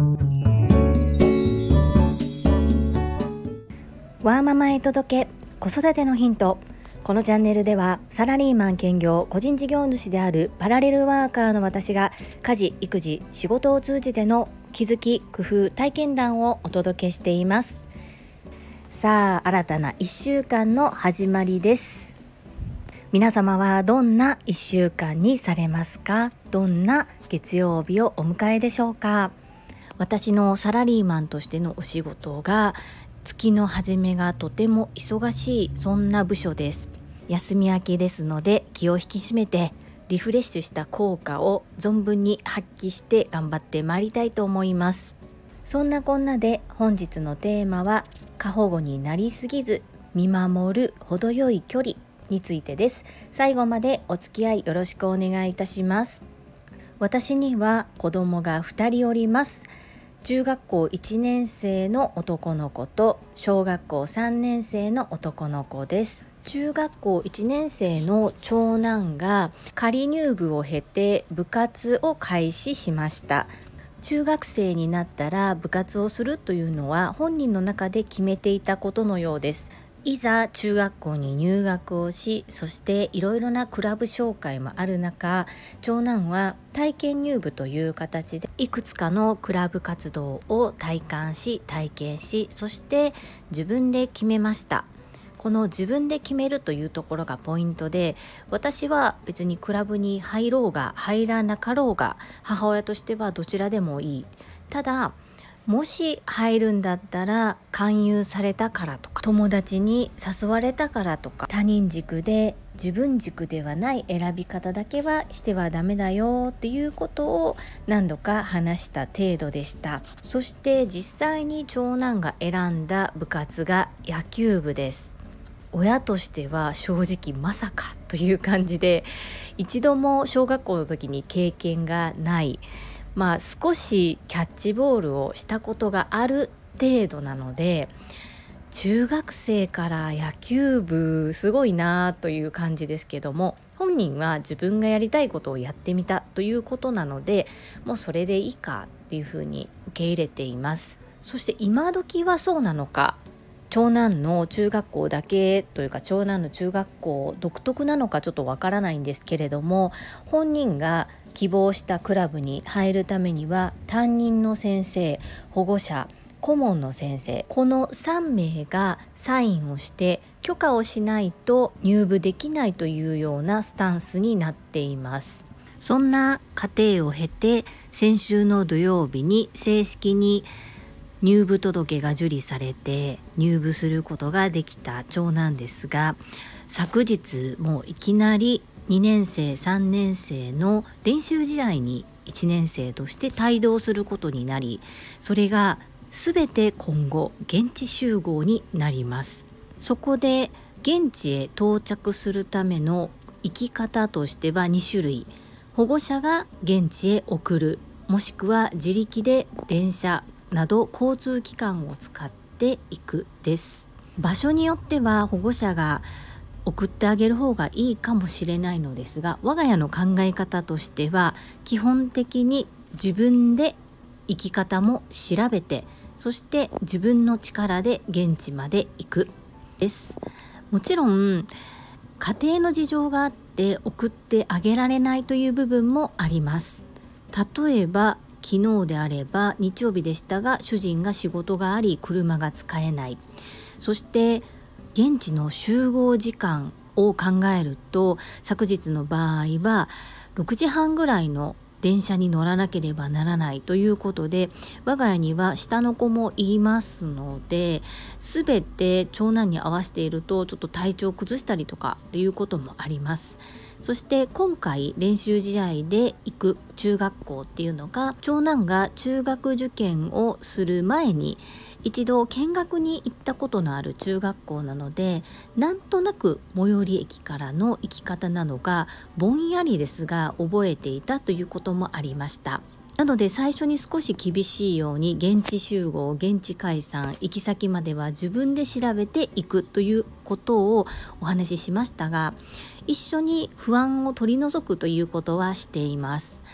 ワーママへ届け子育てのヒント。このチャンネルではサラリーマン兼業個人事業主であるパラレルワーカーの私が家事育児仕事を通じての気づき工夫体験談をお届けしています。さあ、新たな1週間の始まりです。皆様はどんな1週間にされますか？どんな月曜日をお迎えでしょうか？私のサラリーマンとしてのお仕事が月の初めがとても忙しい、そんな部署です。休み明けですので気を引き締めてリフレッシュした効果を存分に発揮して頑張ってまいりたいと思います。そんなこんなで本日のテーマは過保護になりすぎず見守る程よい距離についてです。最後までお付き合いよろしくお願いいたします。私には子供が2人おります。中学校1年生の男の子と小学校3年生の男の子です。中学校1年生の長男が仮入部を経て部活を開始しました。中学生になったら部活をするというのは本人の中で決めていたことのようです。いざ中学校に入学をし、そしていろいろなクラブ紹介もある中、長男は体験入部という形でいくつかのクラブ活動を体験し、そして自分で決めました。この自分で決めるというところがポイントで、私は別にクラブに入ろうが入らなかろうが母親としてはどちらでもいい。ただもし入るんだったら勧誘されたからとか友達に誘われたからとか他人軸で自分軸ではない選び方だけはしてはダメだよっていうことを何度か話した程度でした。そして実際に長男が選んだ部活が野球部です。親としては正直まさかという感じで、一度も小学校の時に経験がない、少しキャッチボールをしたことがある程度なので、中学生から野球部すごいなという感じですけども、本人は自分がやりたいことをやってみたということなので、もうそれでいいかっていうふうに受け入れています。そして今時はそうなのか、長男の中学校だけというか長男の中学校独特なのかちょっとわからないんですけれども、本人が希望したクラブに入るためには担任の先生、保護者、顧問の先生、この3名がサインをして許可をしないと入部できないというようなスタンスになっています。そんな過程を経て先週の土曜日に正式に入部届が受理されて入部することができた長男ですが、昨日もういきなり2年生3年生の練習試合に1年生として帯同することになり、それがすべて今後現地集合になります。そこで現地へ到着するための行き方としては2種類。保護者が現地へ送る、もしくは自力で電車など交通機関を使っていくです。場所によっては保護者が送ってあげる方がいいかもしれないのですが、我が家の考え方としては基本的に自分で行き方も調べて、そして自分の力で現地まで行くです。もちろん家庭の事情があって送ってあげられないという部分もあります。例えば昨日であれば日曜日でしたが、主人が仕事があり車が使えない。そして現地の集合時間を考えると、昨日の場合は6時半ぐらいの電車に乗らなければならないということで、我が家には下の子もいますので、全て長男に合わせているとちょっと体調を崩したりとかっていうこともあります。そして今回練習試合で行く中学校っていうのが、長男が中学受験をする前に一度見学に行ったことのある中学校なので、なんとなく最寄り駅からの行き方などがぼんやりですが覚えていたということもありました。なので最初に少し厳しいように現地集合、現地解散、行き先までは自分で調べていくということをお話ししましたが、一緒に不安を取り除くということはしています。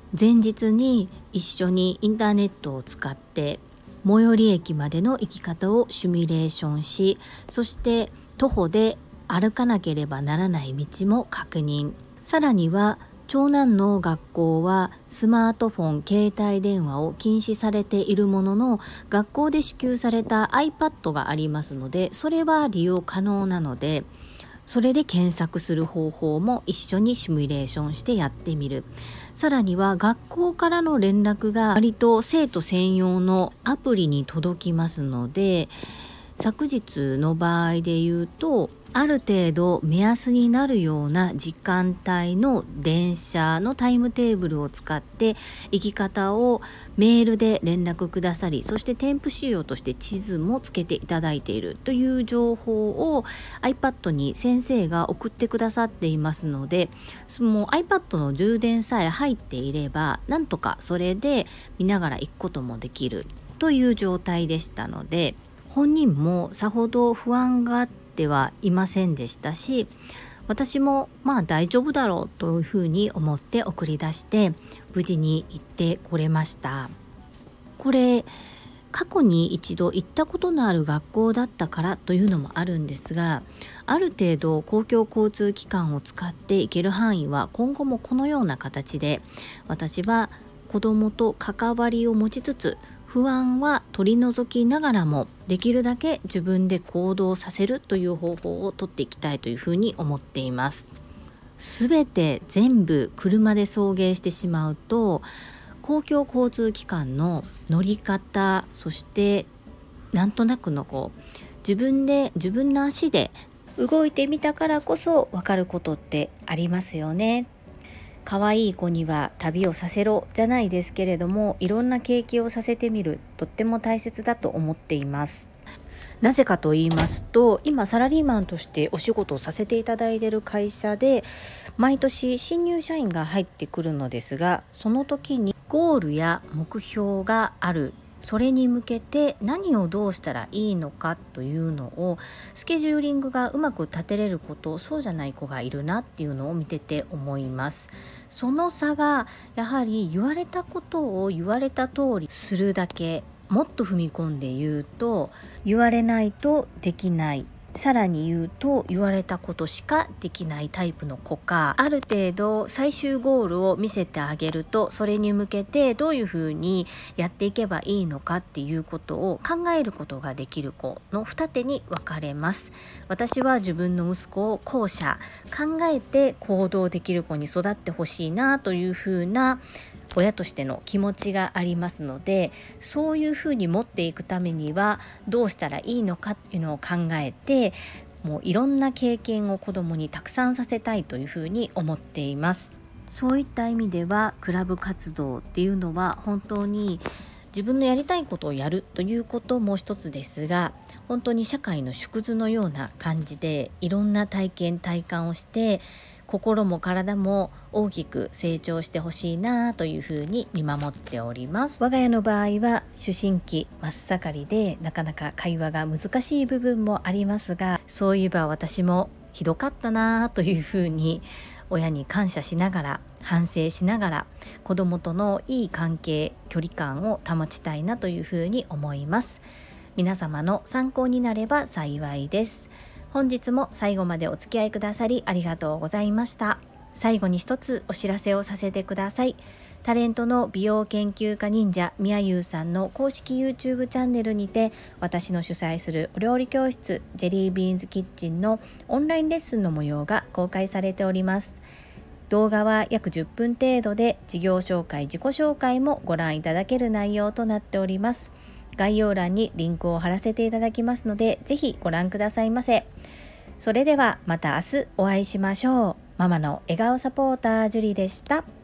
前日に一緒にインターネットを使って最寄り駅までの行き方をシミュレーションし、そして徒歩で歩かなければならない道も確認。さらには長男の学校はスマートフォン、携帯電話を禁止されているものの、学校で支給された iPad がありますので、それは利用可能なので、それで検索する方法も一緒にシミュレーションしてやってみる。さらには学校からの連絡が割と生徒専用のアプリに届きますので、昨日の場合で言うと、ある程度目安になるような時間帯の電車のタイムテーブルを使って行き方をメールで連絡くださり、そして添付資料として地図もつけていただいているという情報を iPad に先生が送ってくださっていますので、その iPad の充電さえ入っていればなんとかそれで見ながら行くこともできるという状態でしたので、本人もさほど不安があってはいませんでしたし、私も大丈夫だろうというふうに思って送り出して無事に行ってこれました。これ過去に一度行ったことのある学校だったからというのもあるんですが、ある程度公共交通機関を使って行ける範囲は今後もこのような形で、私は子どもと関わりを持ちつつ不安は取り除きながらもできるだけ自分で行動させるという方法をとっていきたいというふうに思っています。すべて全部車で送迎してしまうと、公共交通機関の乗り方、そしてなんとなくの自分の足で動いてみたからこそ分かることってありますよね。可愛い子には旅をさせろじゃないですけれども、いろんな経験をさせてみる、とっても大切だと思っています。なぜかと言いますと、今サラリーマンとしてお仕事をさせていただいている会社で毎年新入社員が入ってくるのですが、その時にゴールや目標がある、それに向けて何をどうしたらいいのかというのをスケジューリングがうまく立てれる子とそうじゃない子がいるなっていうのを見てて思います。その差がやはり言われたことを言われた通りするだけ、もっと踏み込んで言うと言われないとできない、さらに言うと言われたことしかできないタイプの子か、ある程度最終ゴールを見せてあげるとそれに向けてどういうふうにやっていけばいいのかっていうことを考えることができる子の二手に分かれます。私は自分の息子を後者、考えて行動できる子に育ってほしいなというふうな親としての気持ちがありますので、そういうふうに持っていくためにはどうしたらいいのかっていうのを考えて、もういろんな経験を子どもにたくさんさせたいというふうに思っています。そういった意味ではクラブ活動っていうのは本当に自分のやりたいことをやるということも一つですが、本当に社会の縮図のような感じでいろんな体感をして心も体も大きく成長してほしいなというふうに見守っております。我が家の場合は思春期真っ盛りでなかなか会話が難しい部分もありますが、そういえば私もひどかったなというふうに親に感謝しながら反省しながら子供とのいい関係、距離感を保ちたいなというふうに思います。皆様の参考になれば幸いです。本日も最後までお付き合いくださりありがとうございました。最後に一つお知らせをさせてください。タレントの美容研究家忍者みやゆうさんの公式 YouTube チャンネルにて、私の主催するお料理教室ジェリービーンズキッチンのオンラインレッスンの模様が公開されております。動画は約10分程度で、事業紹介、自己紹介もご覧いただける内容となっております。概要欄にリンクを貼らせていただきますので、ぜひご覧くださいませ。それではまた明日お会いしましょう。ママの笑顔サポータージュリでした。